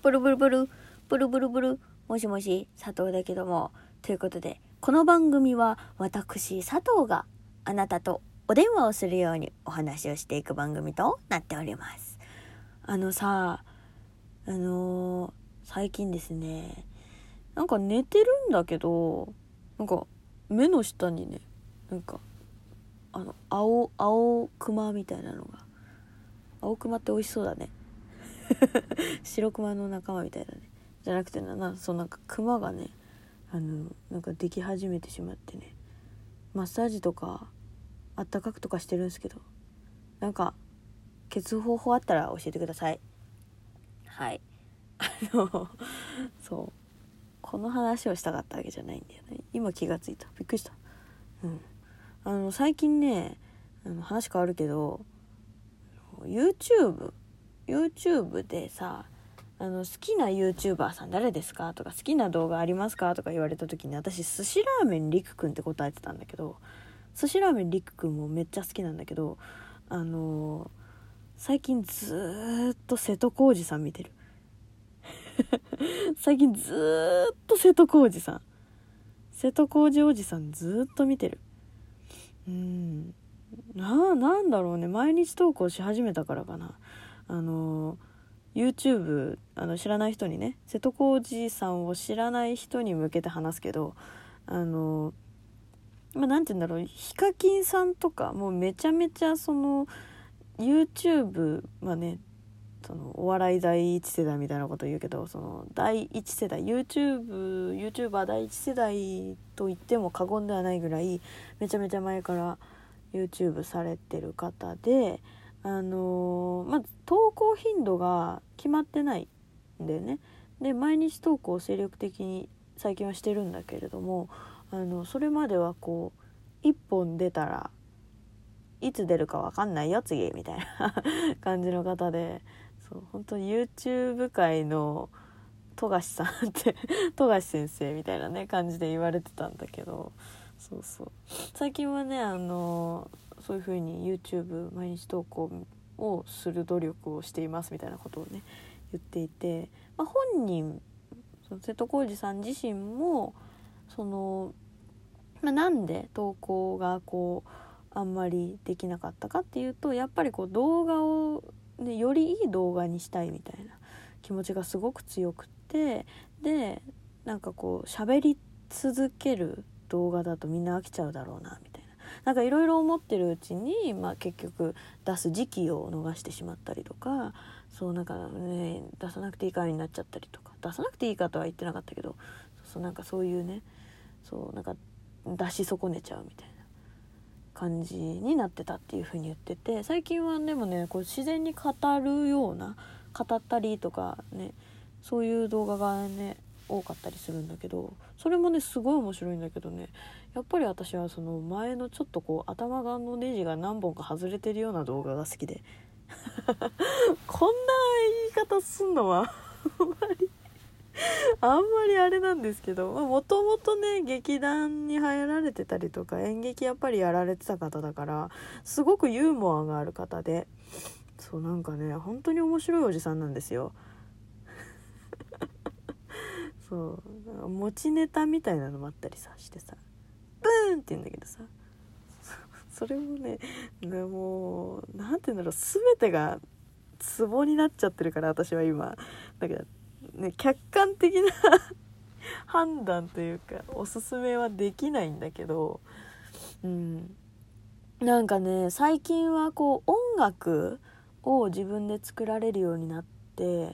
ブルブルブルブルブルブル、もしもし佐藤だけども、ということでこの番組は私佐藤があなたとお電話をするようにお話をしていく番組となっております。最近ですね、なんか寝てるんだけど、なんか目の下にね、なんか青クマみたいなのが、青クマって美味しそうだね白クマの仲間みたいだね。じゃなくてなんかクマがね、なんかでき始めてしまってね、マッサージとかあったかくとかしてるんですけど、なんか消す方法あったら教えてください。はいそうこの話をしたかったわけじゃないんだよね。今気がついた。びっくりした。最近ね、話変わるけど、YouTube でさ、好きな YouTuber さん誰ですかとか、好きな動画ありますかとか言われた時に、私寿司ラーメンりくくんって答えてたんだけど、寿司ラーメンりくくんもめっちゃ好きなんだけど、最近ずっと瀬戸康史さん見てる最近ずっと瀬戸康史おじさんずっと見てる。なんだろうね、毎日投稿し始めたからかな。YouTube 知らない人にね、瀬戸康史さんを知らない人に向けて話すけど、なんて言うんだろう、ヒカキンさんとかもうめちゃめちゃその YouTube はね、そのお笑い第一世代みたいなこと言うけど、その第一世代 YouTuber 第一世代と言っても過言ではないぐらい、めちゃめちゃ前から YouTube されてる方で、まず投稿頻度が決まってないんだよね。で、毎日投稿を精力的に最近はしてるんだけれども、それまではこう1本出たらいつ出るか分かんないよ次みたいな感じの方で、そう本当に YouTube 界の富樫さんって富樫先生みたいなね感じで言われてたんだけど、そう最近はね、そういう風に YouTube 毎日投稿をする努力をしていますみたいなことをね言っていて、本人、その瀬戸康史さん自身もその、なんで投稿がこうあんまりできなかったかっていうと、やっぱりこう動画を、ね、よりいい動画にしたいみたいな気持ちがすごく強くて、でなんかこう喋り続ける動画だとみんな飽きちゃうだろうなみたいな、なんかいろいろ思ってるうちに、結局出す時期を逃してしまったりとか、そうなんかね、出さなくていいかになっちゃったりとか、出さなくていいかとは言ってなかったけど、なんかそういうね、そうなんか出し損ねちゃうみたいな感じになってたっていう風に言ってて、最近はでもね、こう自然に語るような、語ったりとかね、そういう動画がね多かったりするんだけど、それもねすごい面白いんだけどね、やっぱり私はその前のちょっとこう頭側のネジが何本か外れてるような動画が好きでこんな言い方すんのはあんまりあれなんですけど、もともとね劇団に入られてたりとか演劇やっぱりやられてた方だから、すごくユーモアがある方で、そうなんかね本当に面白いおじさんなんですよそう持ちネタみたいなのもあったりさしてさ、ブーンって言うんだけどさ、それもね、もうなんて言うんだろう、全てがツボになっちゃってるから、私は今だけどね、客観的な判断というかおすすめはできないんだけど、なんかね最近はこう音楽を自分で作られるようになって、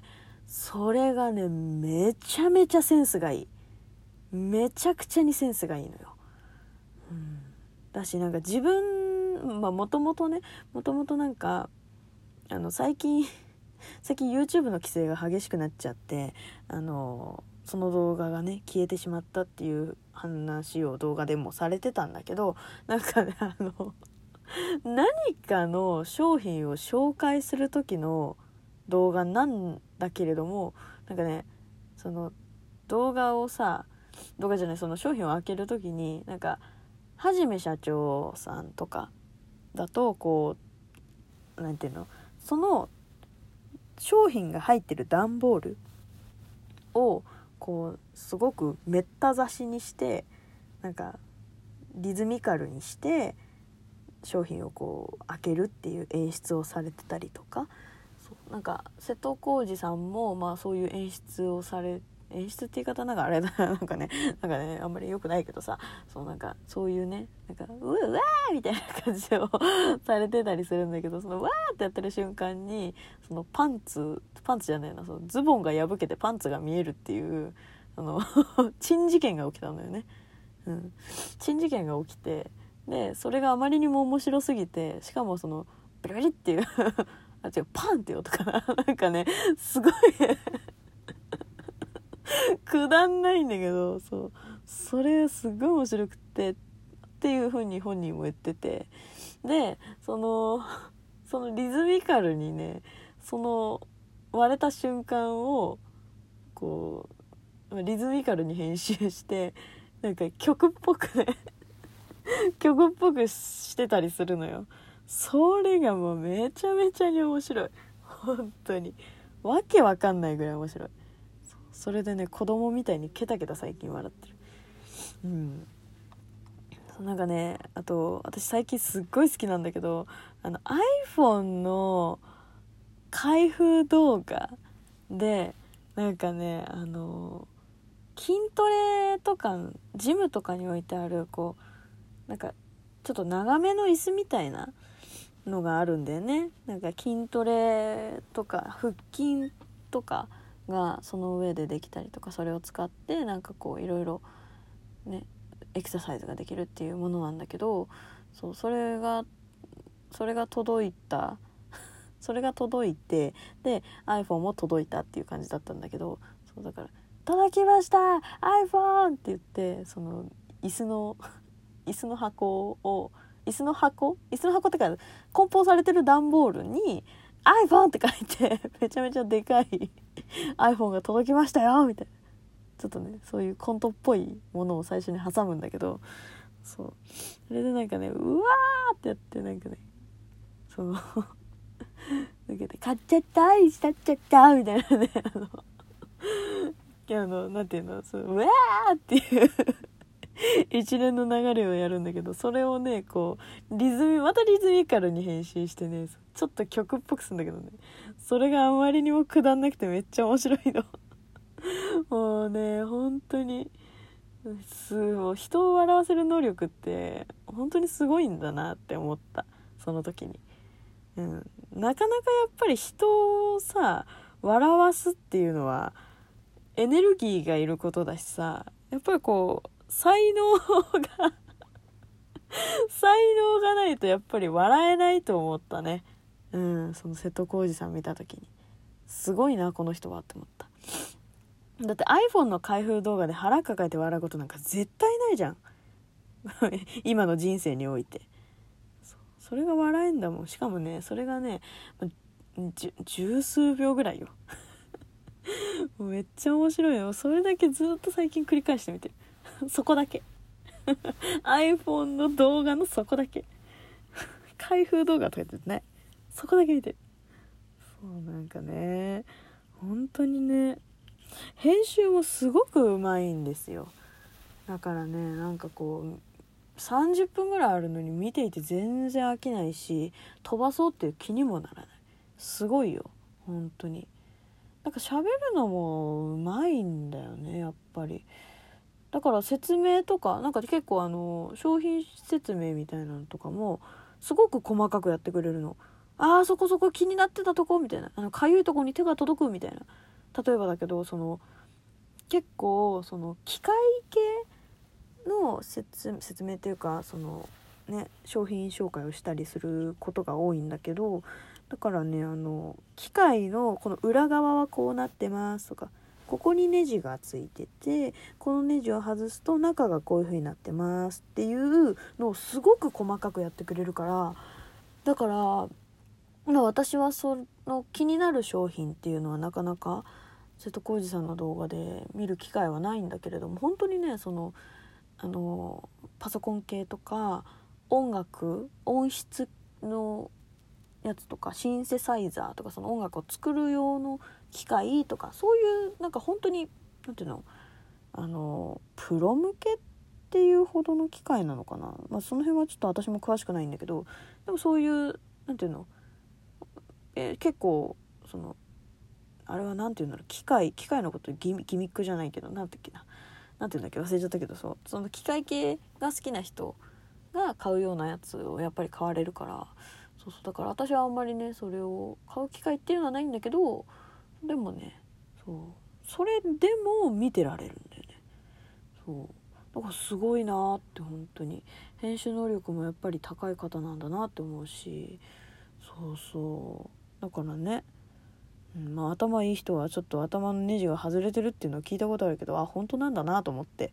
それがねめちゃめちゃセンスがいい、めちゃくちゃにセンスがいいのよ。だしなんか自分もともとなんか最近 YouTube の規制が激しくなっちゃって、その動画がね消えてしまったっていう話を動画でもされてたんだけど、なんかね何かの商品を紹介する時の動画なんだけれども、なんかねその動画じゃない、その商品を開ける時になんかはじめ社長さんとかだとこうなんていうの、その商品が入ってる段ボールをこうすごくめった刺しにして、なんかリズミカルにして商品をこう開けるっていう演出をされてたりとか、そうなんか瀬戸康史さんもまあそういう演出を演出って言い方なんかあれだなんかねあんまり良くないけどさ、なんかそういうね、なんかうわーみたいな感じをされてたりするんだけど、そのわーってやってる瞬間にそのパンツじゃないな、そのズボンが破けてパンツが見えるっていう珍事件が起きたのよね。珍事件が起きて、でそれがあまりにも面白すぎて、しかもそのブリブリっていうあ違うパンっていう音かななんかねすごいくだんないんだけど、それすごい面白くてっていう風に本人も言ってて、でそのリズミカルにね、その割れた瞬間をこうリズミカルに編集してなんか曲っぽくしてたりするのよ。それがもうめちゃめちゃに面白い。本当にわけわかんないぐらい面白い。それでね、子供みたいにケタケタ最近笑ってる。なんかね、あと私最近すっごい好きなんだけど、iPhone の開封動画でなんかね、筋トレとかジムとかに置いてあるこうなんかちょっと長めの椅子みたいなのがあるんだよね。なんか筋トレとか腹筋とかがその上でできたりとか、それを使ってなんかこういろいろねエクササイズができるっていうものなんだけど、それが届いたそれが届いて、で iPhone も届いたっていう感じだったんだけど、だから届きました iPhone って言って、その椅子の箱ってか梱包されてる段ボールに iPhone って書いてめちゃめちゃでかいiPhone が届きましたよみたいな、ちょっとねそういうコントっぽいものを最初に挟むんだけど、それでなんかねうわーってやって、なんかねなんかね買っちゃったしたっちゃったみたいなねなんていうの、うわーっていう一連の流れをやるんだけど、それをねこうまたリズミカルに編集してね、ちょっと曲っぽくするんだけどね、それがあまりにもくだんなくてめっちゃ面白いのもうね本当に人を笑わせる能力って本当にすごいんだなって思った、その時に。なかなかやっぱり人をさ笑わすっていうのはエネルギーがいることだしさ、やっぱりこう才能がないとやっぱり笑えないと思ったね。その瀬戸康史さん見た時にすごいなこの人はって思った。だって iPhone の開封動画で腹抱えて笑うことなんか絶対ないじゃん今の人生において。それが笑えんだもん。しかもねそれがね十数秒ぐらいよめっちゃ面白いよ。それだけずっと最近繰り返してみてるそこだけiPhone の動画のそこだけ開封動画とか言ってない、そこだけ見てる。なんかね本当にね編集もすごくうまいんですよ。だからねなんかこう30分ぐらいあるのに見ていて全然飽きないし、飛ばそうっていう気にもならない。すごいよ本当に。なんか喋るのもうまいんだよねやっぱり。だから説明とかなんか結構商品説明みたいなのとかもすごく細かくやってくれるの。そこ気になってたとこみたいな、かゆいとこに手が届くみたいな。例えばだけど結構機械系の説明っていうか商品紹介をしたりすることが多いんだけど、だからね機械のこの裏側はこうなってますとか、ここにネジがついててこのネジを外すと中がこういう風になってますっていうのをすごく細かくやってくれるから、だから私はその気になる商品っていうのはなかなか瀬戸康史さんの動画で見る機会はないんだけれども、本当にねパソコン系とか音質のやつとかシンセサイザーとか、その音楽を作る用の機械とか、そういうなんか本当になんていうの、プロ向けっていうほどの機械なのかな、その辺はちょっと私も詳しくないんだけど、でもそういうなんていうの、結構そのあれはなんていうんだろう、機械のことギミックじゃないけど、なんていうんだっけ忘れちゃったけど、その機械系が好きな人が買うようなやつをやっぱり買われるから、そうだから私はあんまりねそれを買う機会っていうのはないんだけど、でもねそれでも見てられるんだよね。だからすごいなって、本当に編集能力もやっぱり高い方なんだなって思うし、だからね、頭いい人はちょっと頭のネジが外れてるっていうのを聞いたことあるけど、本当なんだなと思って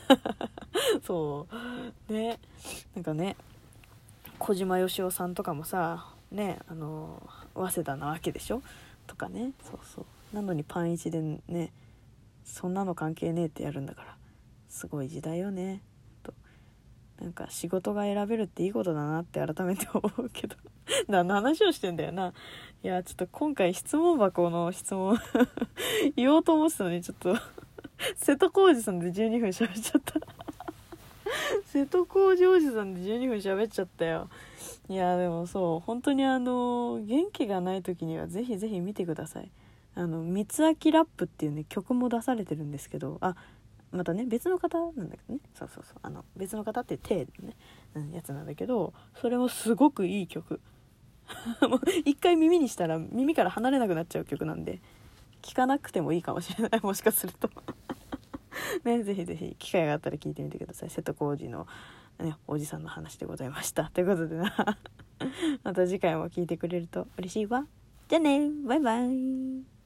そうね、なんかね、小島よしおさんとかもさね、早稲田なわけでしょとかね、なのにパン1でね、そんなの関係ねえってやるんだから、すごい時代よねと。なんか仕事が選べるっていいことだなって改めて思うけど何の話をしてんだよな。いやちょっと今回質問箱の質問言おうと思ってたのに、ちょっと瀬戸康史さんで12分喋っちゃった瀬戸康史おじさんで12分喋っちゃったよ。いやでも本当に元気がない時にはぜひぜひ見てください。三つ秋ラップっていうね曲も出されてるんですけど、またね別の方なんだけどね、別の方って体のね、やつなんだけど、それもすごくいい曲もう一回耳にしたら耳から離れなくなっちゃう曲なんで、聞かなくてもいいかもしれない、もしかするとね、ぜひぜひ機会があったら聞いてみてください。瀬戸康史の、ね、おじさんの話でございました。ということでなまた次回も聞いてくれると嬉しいわ。じゃあね、バイバイ。